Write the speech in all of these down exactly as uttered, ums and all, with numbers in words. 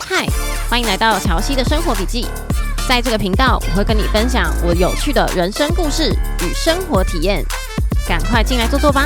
嗨，欢迎来到乔西的生活笔记。在这个频道，我会跟你分享我有趣的人生故事与生活体验。赶快进来坐坐吧。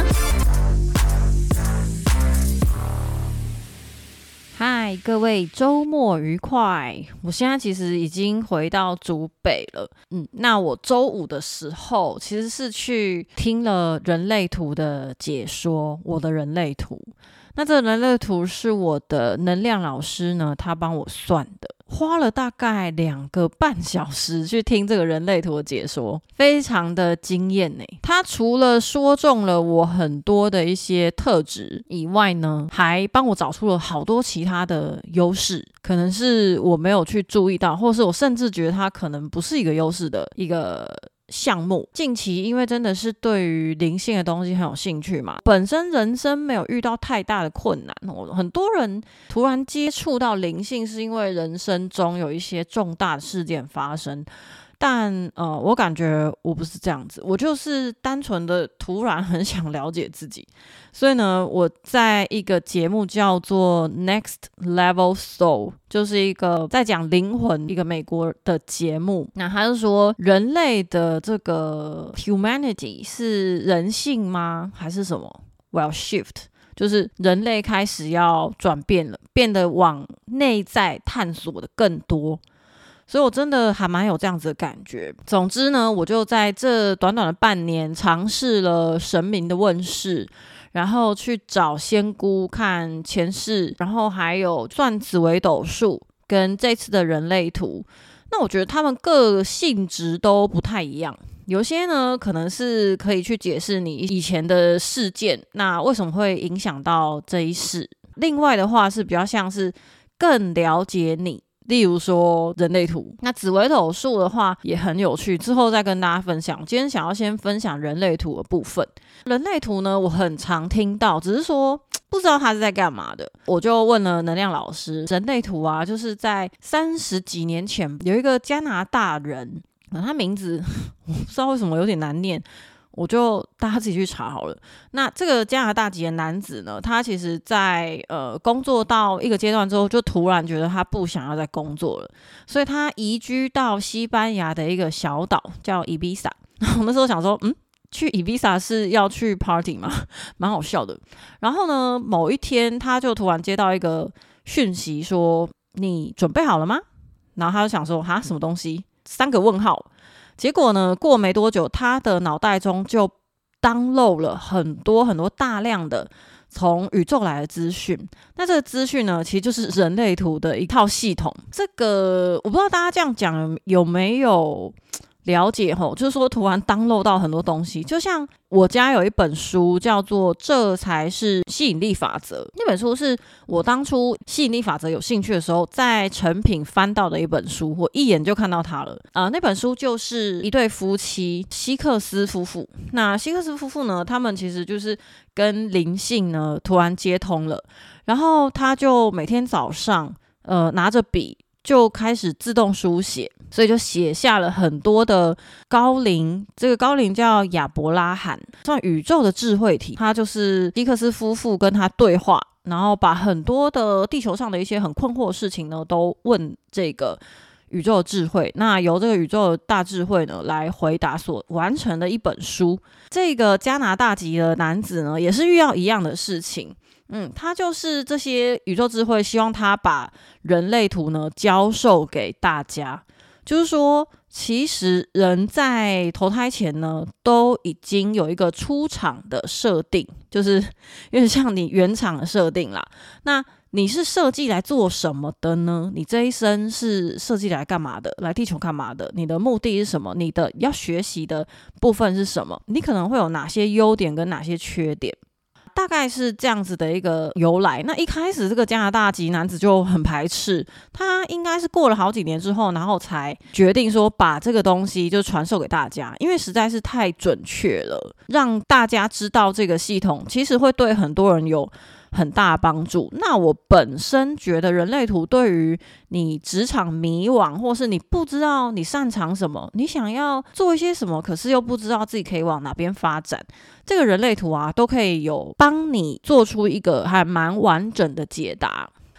嗨，各位周末愉快！我现在其实已经回到竹北了。嗯，那我周五的时候其实是去听了人类图的解说，我的人类图。那这个人类图是我的能量老师呢，他帮我算的，花了大概两个半小时去听这个人类图的解说，非常的惊艳耶。他除了说中了我很多的一些特质以外呢，还帮我找出了好多其他的优势，可能是我没有去注意到，或是我甚至觉得它可能不是一个优势的一个项目。近期因为真的是对于灵性的东西很有兴趣嘛，本身人生没有遇到太大的困难，很多人突然接触到灵性是因为人生中有一些重大的事件发生，但呃，我感觉我不是这样子，我就是单纯的突然很想了解自己。所以呢，我在一个节目叫做 Next Level Soul， 就是一个在讲灵魂一个美国的节目。那他就说人类的这个 humanity 是人性吗？还是什么 ？Well shift。就是人类开始要转变了，变得往内在探索的更多。所以我真的还蛮有这样子的感觉。总之呢，我就在这短短的半年尝试了神明的问世，然后去找仙姑看前世，然后还有算紫微斗数跟这次的人类图。那我觉得他们各性质都不太一样，有些呢可能是可以去解释你以前的事件，那为什么会影响到这一世。另外的话是比较像是更了解你，例如说人类图。那紫微斗数的话也很有趣，之后再跟大家分享。今天想要先分享人类图的部分。人类图呢，我很常听到，只是说不知道他是在干嘛的。我就问了能量老师，人类图啊，就是在三十几年前有一个加拿大人，他名字我不知道为什么有点难念，我就大家自己去查好了。那这个加拿大籍的男子呢，他其实在呃工作到一个阶段之后，就突然觉得他不想要再工作了，所以他移居到西班牙的一个小岛叫伊比萨。然后那时候想说，嗯，去伊比萨是要去 party 吗？蛮好笑的。然后呢，某一天他就突然接到一个讯息说，你准备好了吗？然后他就想说，哈，什么东西？三个问号。结果呢，过没多久，他的脑袋中就 download 了很多很多大量的从宇宙来的资讯。那这个资讯呢，其实就是人类图的一套系统。这个我不知道大家这样讲有没有了解吼，就是说突然 download 到很多东西。就像我家有一本书叫做《这才是吸引力法则》，那本书是我当初吸引力法则有兴趣的时候在成品翻到的一本书，我一眼就看到它了。呃，那本书就是一对夫妻，希克斯夫妇。那希克斯夫妇呢，他们其实就是跟灵性呢突然接通了，然后他就每天早上呃拿着笔就开始自动书写，所以就写下了很多的高灵，这个高灵叫亚伯拉罕，算宇宙的智慧体。他就是希克斯夫妇跟他对话，然后把很多的地球上的一些很困惑的事情呢，都问这个宇宙的智慧。那由这个宇宙的大智慧呢来回答，所完成的一本书。这个加拿大籍的男子呢，也是遇到一样的事情。嗯，他就是这些宇宙智慧希望他把人类图呢教授给大家，就是说其实人在投胎前呢都已经有一个出场的设定，就是有点像你原厂的设定啦。那你是设计来做什么的呢？你这一生是设计来干嘛的？来地球干嘛的？你的目的是什么？你的要学习的部分是什么？你可能会有哪些优点跟哪些缺点？大概是这样子的一个由来。那一开始这个加拿大籍男子就很排斥，他应该是过了好几年之后，然后才决定说把这个东西就传授给大家，因为实在是太准确了，让大家知道这个系统其实会对很多人有很大的帮助。那我本身觉得人类图对于你职场迷惘，或是你不知道你擅长什么，你想要做一些什么，可是又不知道自己可以往哪边发展，这个人类图啊都可以有帮你做出一个还蛮完整的解答。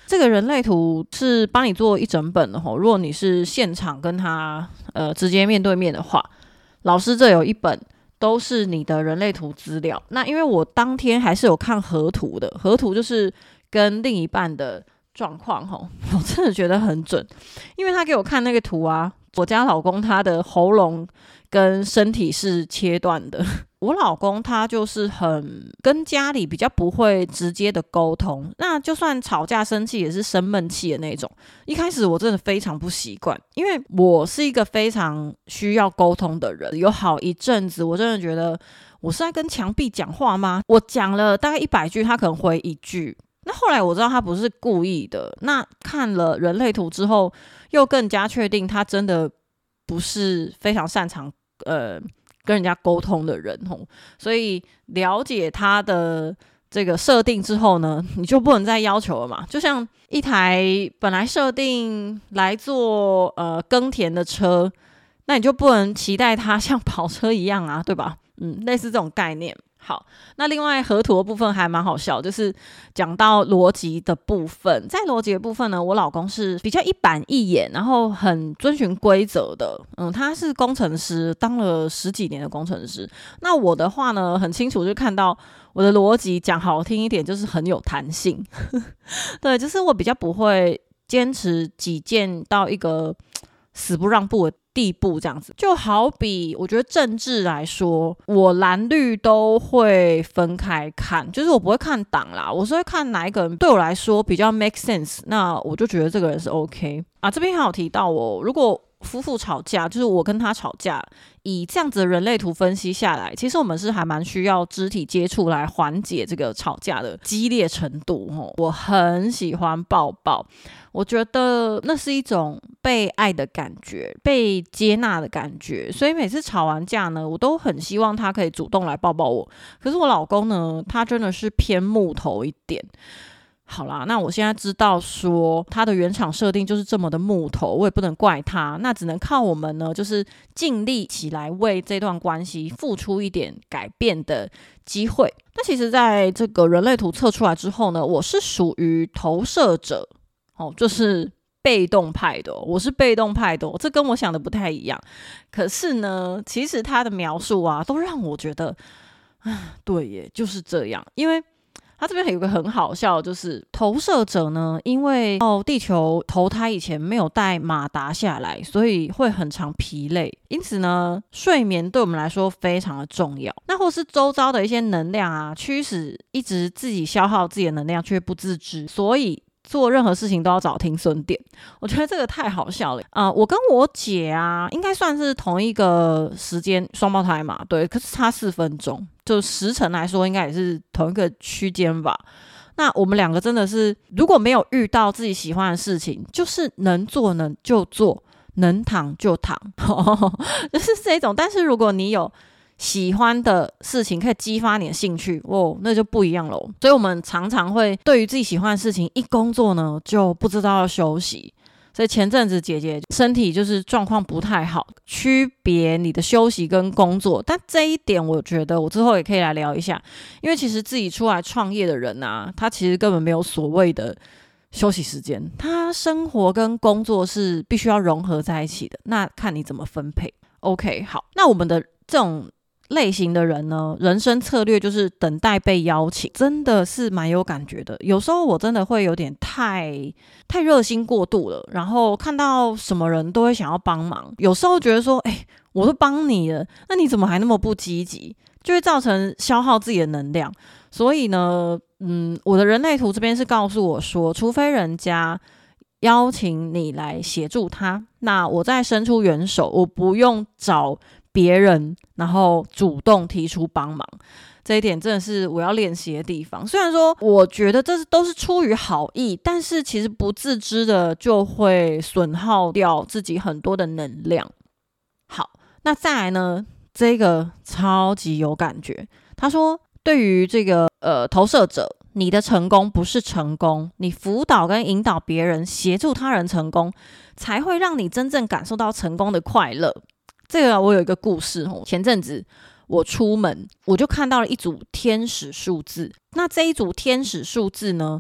这个人类图是帮你做一整本的吼，如果你是现场跟他呃直接面对面的话，老师这有一本都是你的人类图资料。那因为我当天还是有看合图的，合图就是跟另一半的状况吼，我真的觉得很准，因为他给我看那个图啊，我家老公他的喉咙跟身体是切断的。我老公他就是很跟家里比较不会直接的沟通，那就算吵架生气也是生闷气的那种。一开始我真的非常不习惯，因为我是一个非常需要沟通的人，有好一阵子我真的觉得我是在跟墙壁讲话吗？我讲了大概一百句，他可能回一句。那后来我知道他不是故意的，那看了人类图之后又更加确定他真的不是非常擅长呃跟人家沟通的人吼，所以了解他的这个设定之后呢，你就不能再要求了嘛。就像一台本来设定来做呃耕田的车，那你就不能期待它像跑车一样啊，对吧？嗯，类似这种概念。好，那另外合图的部分还蛮好笑，就是讲到逻辑的部分。在逻辑的部分呢，我老公是比较一板一眼，然后很遵循规则的。嗯，他是工程师，当了十几年的工程师。那我的话呢，很清楚就看到我的逻辑，讲好听一点就是很有弹性。对，就是我比较不会坚持己见到一个死不让步的地步，这样子。就好比我觉得政治来说，我蓝绿都会分开看，就是我不会看党啦，我是会看哪一个人对我来说比较 make sense， 那我就觉得这个人是 OK 啊。这边还有提到哦，如果夫妇吵架，就是我跟他吵架，以这样子的人类图分析下来，其实我们是还蛮需要肢体接触来缓解这个吵架的激烈程度哦。我很喜欢抱抱，我觉得那是一种被爱的感觉，被接纳的感觉，所以每次吵完架呢，我都很希望他可以主动来抱抱我。可是我老公呢，他真的是偏木头一点。好啦，那我现在知道说他的原厂设定就是这么的木头，我也不能怪他，那只能靠我们呢，就是尽力起来为这段关系付出一点改变的机会。那其实在这个人类图测出来之后呢，我是属于投射者哦，就是被动派的、哦、我是被动派的、哦、这跟我想的不太一样。可是呢，其实他的描述啊，都让我觉得啊，对耶，就是这样。因为他这边有一个很好笑，就是投射者呢，因为到地球投胎以前没有带马达下来，所以会很常疲累，因此呢，睡眠对我们来说非常的重要。那或是周遭的一些能量啊，驱使一直自己消耗自己的能量却不自知，所以做任何事情都要找停损点。我觉得这个太好笑了啊、呃！我跟我姐啊，应该算是同一个时间双胞胎嘛，对，可是差四分钟，就时辰来说应该也是同一个区间吧。那我们两个真的是，如果没有遇到自己喜欢的事情，就是能做能就做，能躺就躺，就是这种。但是如果你有喜欢的事情可以激发你的兴趣哦，那就不一样咯。所以我们常常会对于自己喜欢的事情一工作呢，就不知道要休息。所以前阵子姐姐身体就是状况不太好，区别你的休息跟工作。但这一点我觉得我之后也可以来聊一下，因为其实自己出来创业的人啊，他其实根本没有所谓的休息时间，他生活跟工作是必须要融合在一起的，那看你怎么分配。 OK， 好，那我们的这种类型的人呢，人生策略就是等待被邀请，真的是蛮有感觉的。有时候我真的会有点太太热心过度了，然后看到什么人都会想要帮忙，有时候觉得说，哎、欸，我都帮你了，那你怎么还那么不积极？就会造成消耗自己的能量。所以呢，嗯，我的人类图这边是告诉我说，除非人家邀请你来协助他，那我再伸出援手，我不用找别人然后主动提出帮忙，这一点真的是我要练习的地方。虽然说我觉得这都是出于好意，但是其实不自知的就会损耗掉自己很多的能量。好，那再来呢，这个超级有感觉。他说对于这个呃投射者，你的成功不是成功，你辅导跟引导别人，协助他人成功，才会让你真正感受到成功的快乐。这个我有一个故事，前阵子我出门，我就看到了一组天使数字。那这一组天使数字呢，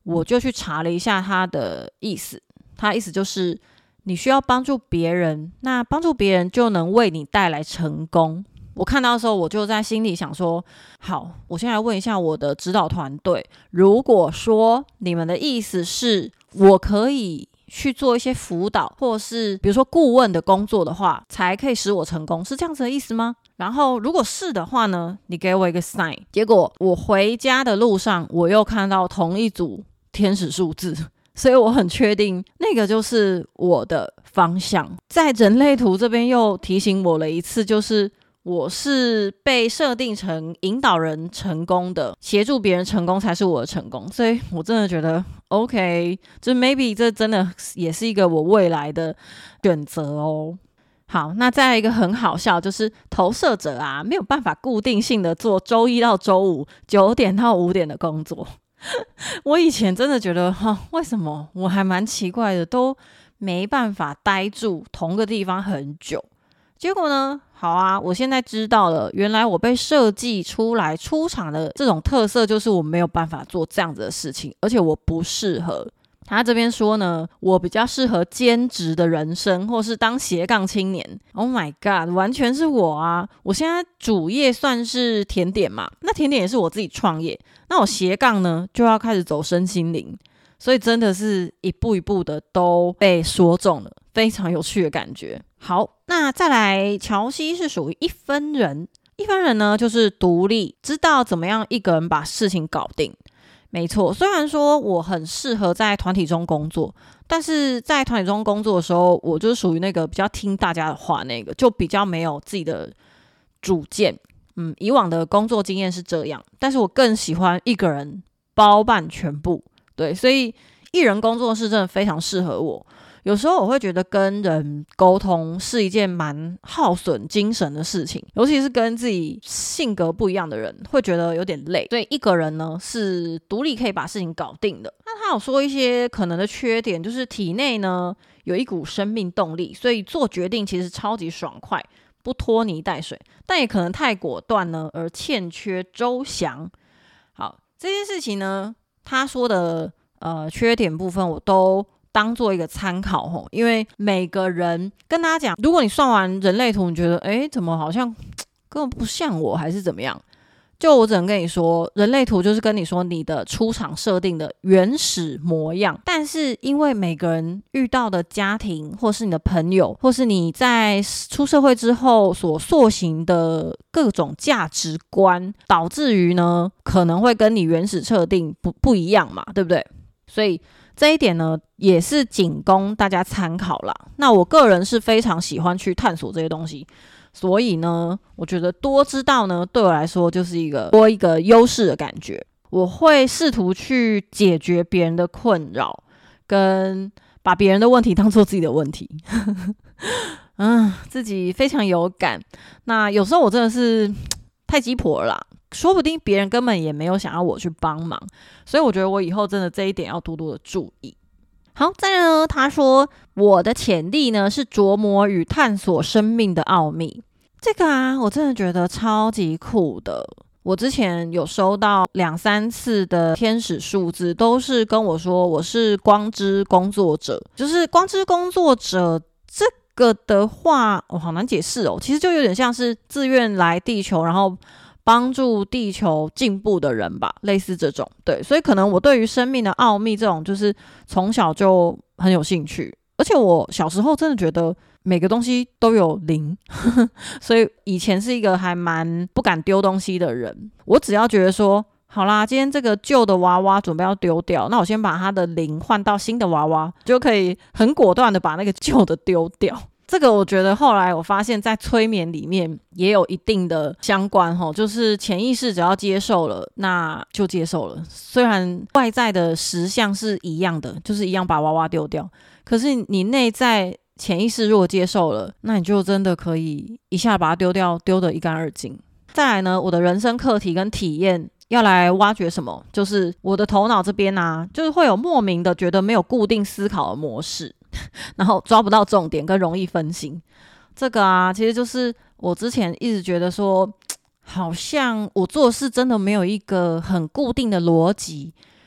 我就去查了一下它的意思，它的意思就是你需要帮助别人，那帮助别人就能为你带来成功。我看到的时候，我就在心里想说，好，我现在问一下我的指导团队，如果说你们的意思是我可以去做一些辅导，或是比如说顾问的工作的话，才可以使我成功，是这样子的意思吗？然后如果是的话呢，你给我一个 sign。 结果我回家的路上，我又看到同一组天使数字，所以我很确定那个就是我的方向。在人类图这边又提醒我了一次，就是我是被设定成引导人成功的，协助别人成功才是我的成功，所以我真的觉得 OK， 就 maybe 这真的也是一个我未来的选择哦。好，那再来一个很好笑，就是投射者啊，没有办法固定性的做周一到周五九点到五点的工作。我以前真的觉得，哦，为什么我还蛮奇怪的，都没办法待住同个地方很久。结果呢，好啊，我现在知道了，原来我被设计出来出场的这种特色就是我没有办法做这样子的事情，而且我不适合。他这边说呢，我比较适合兼职的人生，或是当斜杠青年。Oh my god， 完全是我啊！我现在主业算是甜点嘛，那甜点也是我自己创业，那我斜杠呢就要开始走身心灵，所以真的是一步一步的都被说中了，非常有趣的感觉。好，那再来，乔西是属于一分人。一分人呢，就是独立，知道怎么样一个人把事情搞定。没错，虽然说我很适合在团体中工作，但是在团体中工作的时候，我就是属于那个比较听大家的话，那个就比较没有自己的主见。嗯，以往的工作经验是这样，但是我更喜欢一个人包办全部。对，所以一人工作室真的非常适合我。有时候我会觉得跟人沟通是一件蛮耗损精神的事情，尤其是跟自己性格不一样的人，会觉得有点累。所以一个人呢是独立可以把事情搞定的。那他有说一些可能的缺点，就是体内呢有一股生命动力，所以做决定其实超级爽快，不拖泥带水，但也可能太果断呢而欠缺周详。好，这件事情呢，他说的呃缺点部分我都当做一个参考吼，因为每个人跟大家讲，如果你算完人类图，你觉得诶怎么好像根本不像我，还是怎么样？就我只能跟你说，人类图就是跟你说你的出场设定的原始模样，但是因为每个人遇到的家庭，或是你的朋友，或是你在出社会之后所塑形的各种价值观，导致于呢可能会跟你原始设定不不一样嘛，对不对？所以这一点呢，也是仅供大家参考啦。那我个人是非常喜欢去探索这些东西，所以呢，我觉得多知道呢，对我来说就是一个多一个优势的感觉。我会试图去解决别人的困扰，跟把别人的问题当做自己的问题。嗯，自己非常有感。那有时候我真的是太鸡婆了啦。说不定别人根本也没有想要我去帮忙，所以我觉得我以后真的这一点要多多的注意。好，再来呢，他说我的潜力呢是琢磨与探索生命的奥秘。这个啊，我真的觉得超级酷的。我之前有收到两三次的天使数字，都是跟我说我是光之工作者。就是光之工作者这个的话，我、哦、好难解释哦。其实就有点像是自愿来地球，然后帮助地球进步的人吧，类似这种。对，所以可能我对于生命的奥秘这种，就是从小就很有兴趣，而且我小时候真的觉得每个东西都有灵，所以以前是一个还蛮不敢丢东西的人。我只要觉得说，好啦，今天这个旧的娃娃准备要丢掉，那我先把它的灵换到新的娃娃，就可以很果断的把那个旧的丢掉。这个我觉得后来我发现在催眠里面也有一定的相关齁，就是潜意识只要接受了，那就接受了。虽然外在的实相是一样的，就是一样把娃娃丢掉，可是你内在潜意识如果接受了，那你就真的可以一下把它丢掉，丢得一干二净。再来呢，我的人生课题跟体验要来挖掘什么，就是我的头脑这边啊，就是会有莫名的觉得没有固定思考的模式，然后抓不到重点跟容易分心。这个啊，其实就是我之前一直觉得说，好像我做事真的没有一个很固定的逻辑，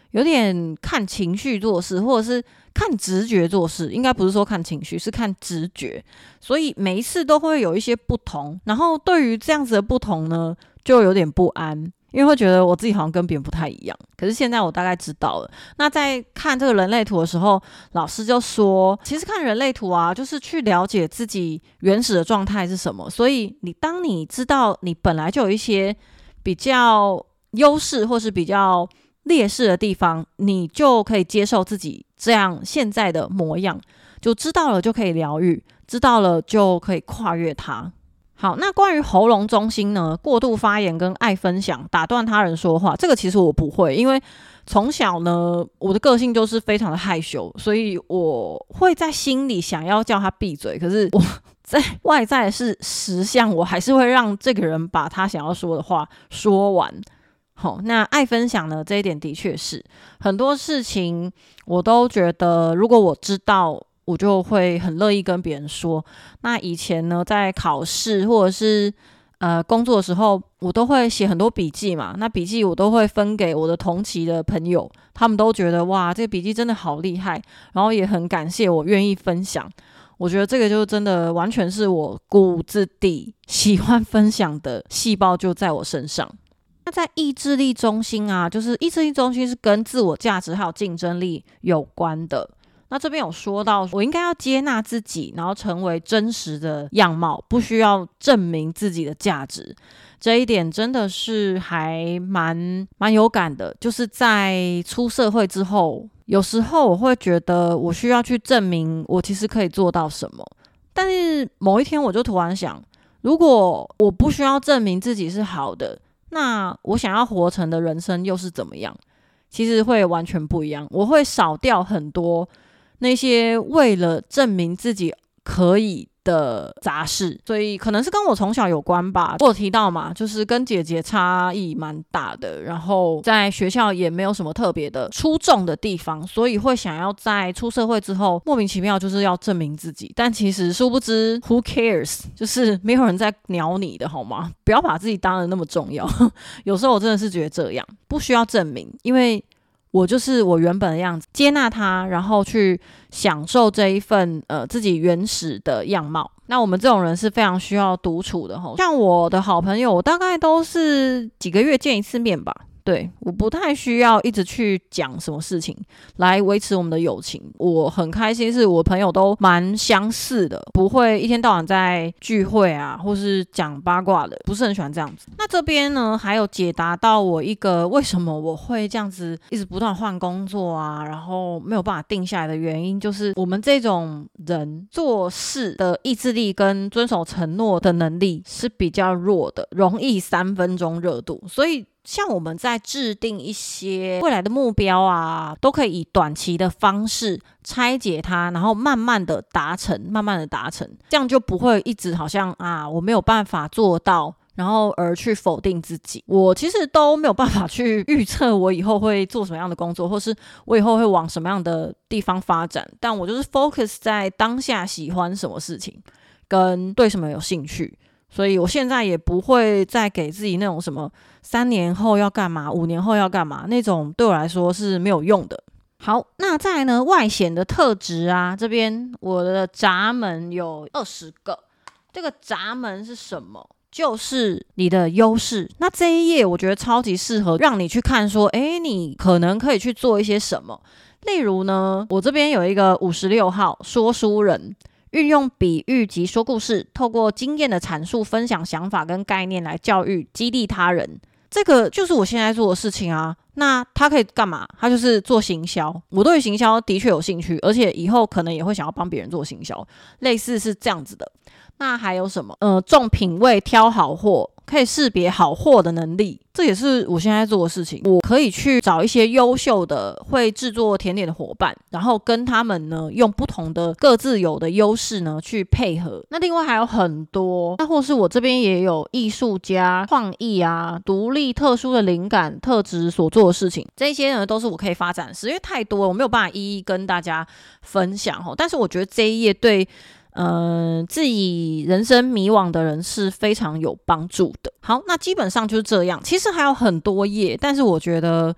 有点看情绪做事，或者是看直觉做事，应该不是说看情绪，是看直觉，所以每一次都会有一些不同，然后对于这样子的不同呢，就有点不安，因为会觉得我自己好像跟别人不太一样。可是现在我大概知道了。那在看这个人类图的时候，老师就说，其实看人类图啊，就是去了解自己原始的状态是什么。所以你当你知道你本来就有一些比较优势或是比较劣势的地方，你就可以接受自己这样现在的模样，就知道了就可以疗愈，知道了就可以跨越它。好，那关于喉咙中心呢，过度发言跟爱分享，打断他人说话，这个其实我不会，因为从小呢，我的个性就是非常的害羞，所以我会在心里想要叫他闭嘴，可是我在外在是实相，我还是会让这个人把他想要说的话说完。好，那爱分享呢，这一点的确是很多事情我都觉得，如果我知道，我就会很乐意跟别人说。那以前呢，在考试或者是呃工作的时候，我都会写很多笔记嘛。那笔记我都会分给我的同期的朋友，他们都觉得哇，这个笔记真的好厉害，然后也很感谢我愿意分享。我觉得这个就真的完全是我骨子底喜欢分享的细胞就在我身上。那在意志力中心啊，就是意志力中心是跟自我价值还有竞争力有关的。那这边有说到，我应该要接纳自己，然后成为真实的样貌，不需要证明自己的价值。这一点真的是还蛮蛮有感的。就是在出社会之后，有时候我会觉得我需要去证明我其实可以做到什么。但是某一天我就突然想，如果我不需要证明自己是好的，那我想要活成的人生又是怎么样？其实会完全不一样。我会少掉很多那些为了证明自己可以的杂事，所以可能是跟我从小有关吧。我有提到嘛，就是跟姐姐差异蛮大的，然后在学校也没有什么特别的出众的地方，所以会想要在出社会之后莫名其妙就是要证明自己。但其实殊不知 who cares， 就是没有人在鸟你的好吗？不要把自己当得那么重要。有时候我真的是觉得这样不需要证明，因为我就是我原本的样子，接纳它，然后去享受这一份呃自己原始的样貌。那我们这种人是非常需要独处的吼，像我的好朋友，我大概都是几个月见一次面吧。对，我不太需要一直去讲什么事情来维持我们的友情。我很开心是我朋友都蛮相似的，不会一天到晚在聚会啊或是讲八卦的，不是很喜欢这样子。那这边呢还有解答到我一个为什么我会这样子一直不断换工作啊，然后没有办法定下来的原因，就是我们这种人做事的意志力跟遵守承诺的能力是比较弱的，容易三分钟热度。所以像我们在制定一些未来的目标啊，都可以以短期的方式拆解它，然后慢慢的达成，慢慢的达成，这样就不会一直好像啊我没有办法做到，然后而去否定自己。我其实都没有办法去预测我以后会做什么样的工作，或是我以后会往什么样的地方发展，但我就是 focus 在当下喜欢什么事情，跟对什么有兴趣。所以我现在也不会再给自己那种什么三年后要干嘛，五年后要干嘛，那种对我来说是没有用的。好，那再来呢，外显的特质啊，这边我的闸门有二十个。这个闸门是什么？就是你的优势。那这一页我觉得超级适合让你去看说，诶，你可能可以去做一些什么。例如呢，我这边有一个五十六号说书人，运用比喻及说故事，透过经验的阐述，分享想法跟概念来教育、激励他人。这个就是我现在做的事情啊。那他可以干嘛？他就是做行销。我对行销的确有兴趣，而且以后可能也会想要帮别人做行销，类似是这样子的。那还有什么？呃，重品味，挑好货，可以识别好货的能力，这也是我现在做的事情。我可以去找一些优秀的会制作甜点的伙伴，然后跟他们呢用不同的各自有的优势呢去配合。那另外还有很多，那或是我这边也有艺术家、创意啊、独立特殊的灵感特质所做的事情，这些呢都是我可以发展的事，因为太多了，我没有办法一一跟大家分享。但是我觉得这一页对嗯、呃，自己人生迷惘的人是非常有帮助的。好，那基本上就是这样。其实还有很多页，但是我觉得，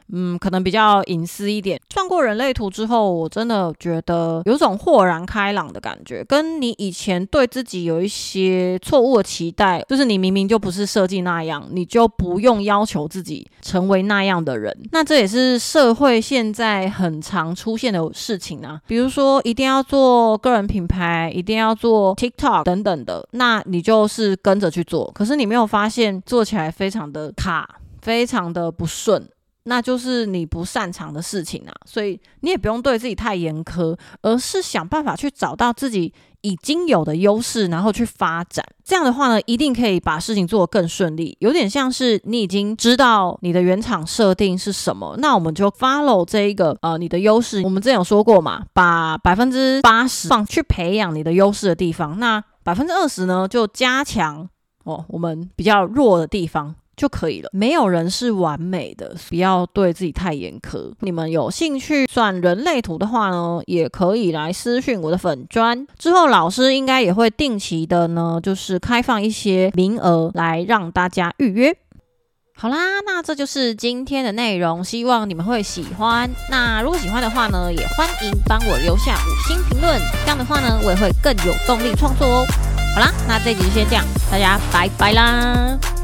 嗯，可能比较隐私一点。算过人类图之后，我真的觉得有种豁然开朗的感觉，跟你以前对自己有一些错误的期待，就是你明明就不是设计那样，你就不用要求自己成为那样的人。那这也是社会现在很常出现的事情啊，比如说一定要做个人品牌，一定要做 TikTok 等等的，那你就是跟着去做，可是你没有发现做起来非常的卡，非常的不顺，那就是你不擅长的事情啊，所以你也不用对自己太严苛，而是想办法去找到自己已经有的优势，然后去发展。这样的话呢，一定可以把事情做得更顺利。有点像是你已经知道你的原厂设定是什么，那我们就 follow 这一个呃你的优势。我们之前有说过嘛，把百分之八十放去培养你的优势的地方，那百分之二十呢就加强哦我们比较弱的地方就可以了。没有人是完美的，不要对自己太严苛。你们有兴趣算人类图的话呢，也可以来私讯我的粉专，之后老师应该也会定期的呢，就是开放一些名额来让大家预约。好啦，那这就是今天的内容，希望你们会喜欢。那如果喜欢的话呢，也欢迎帮我留下五星评论，这样的话呢，我也会更有动力创作哦。好啦，那这集就先这样，大家拜拜啦。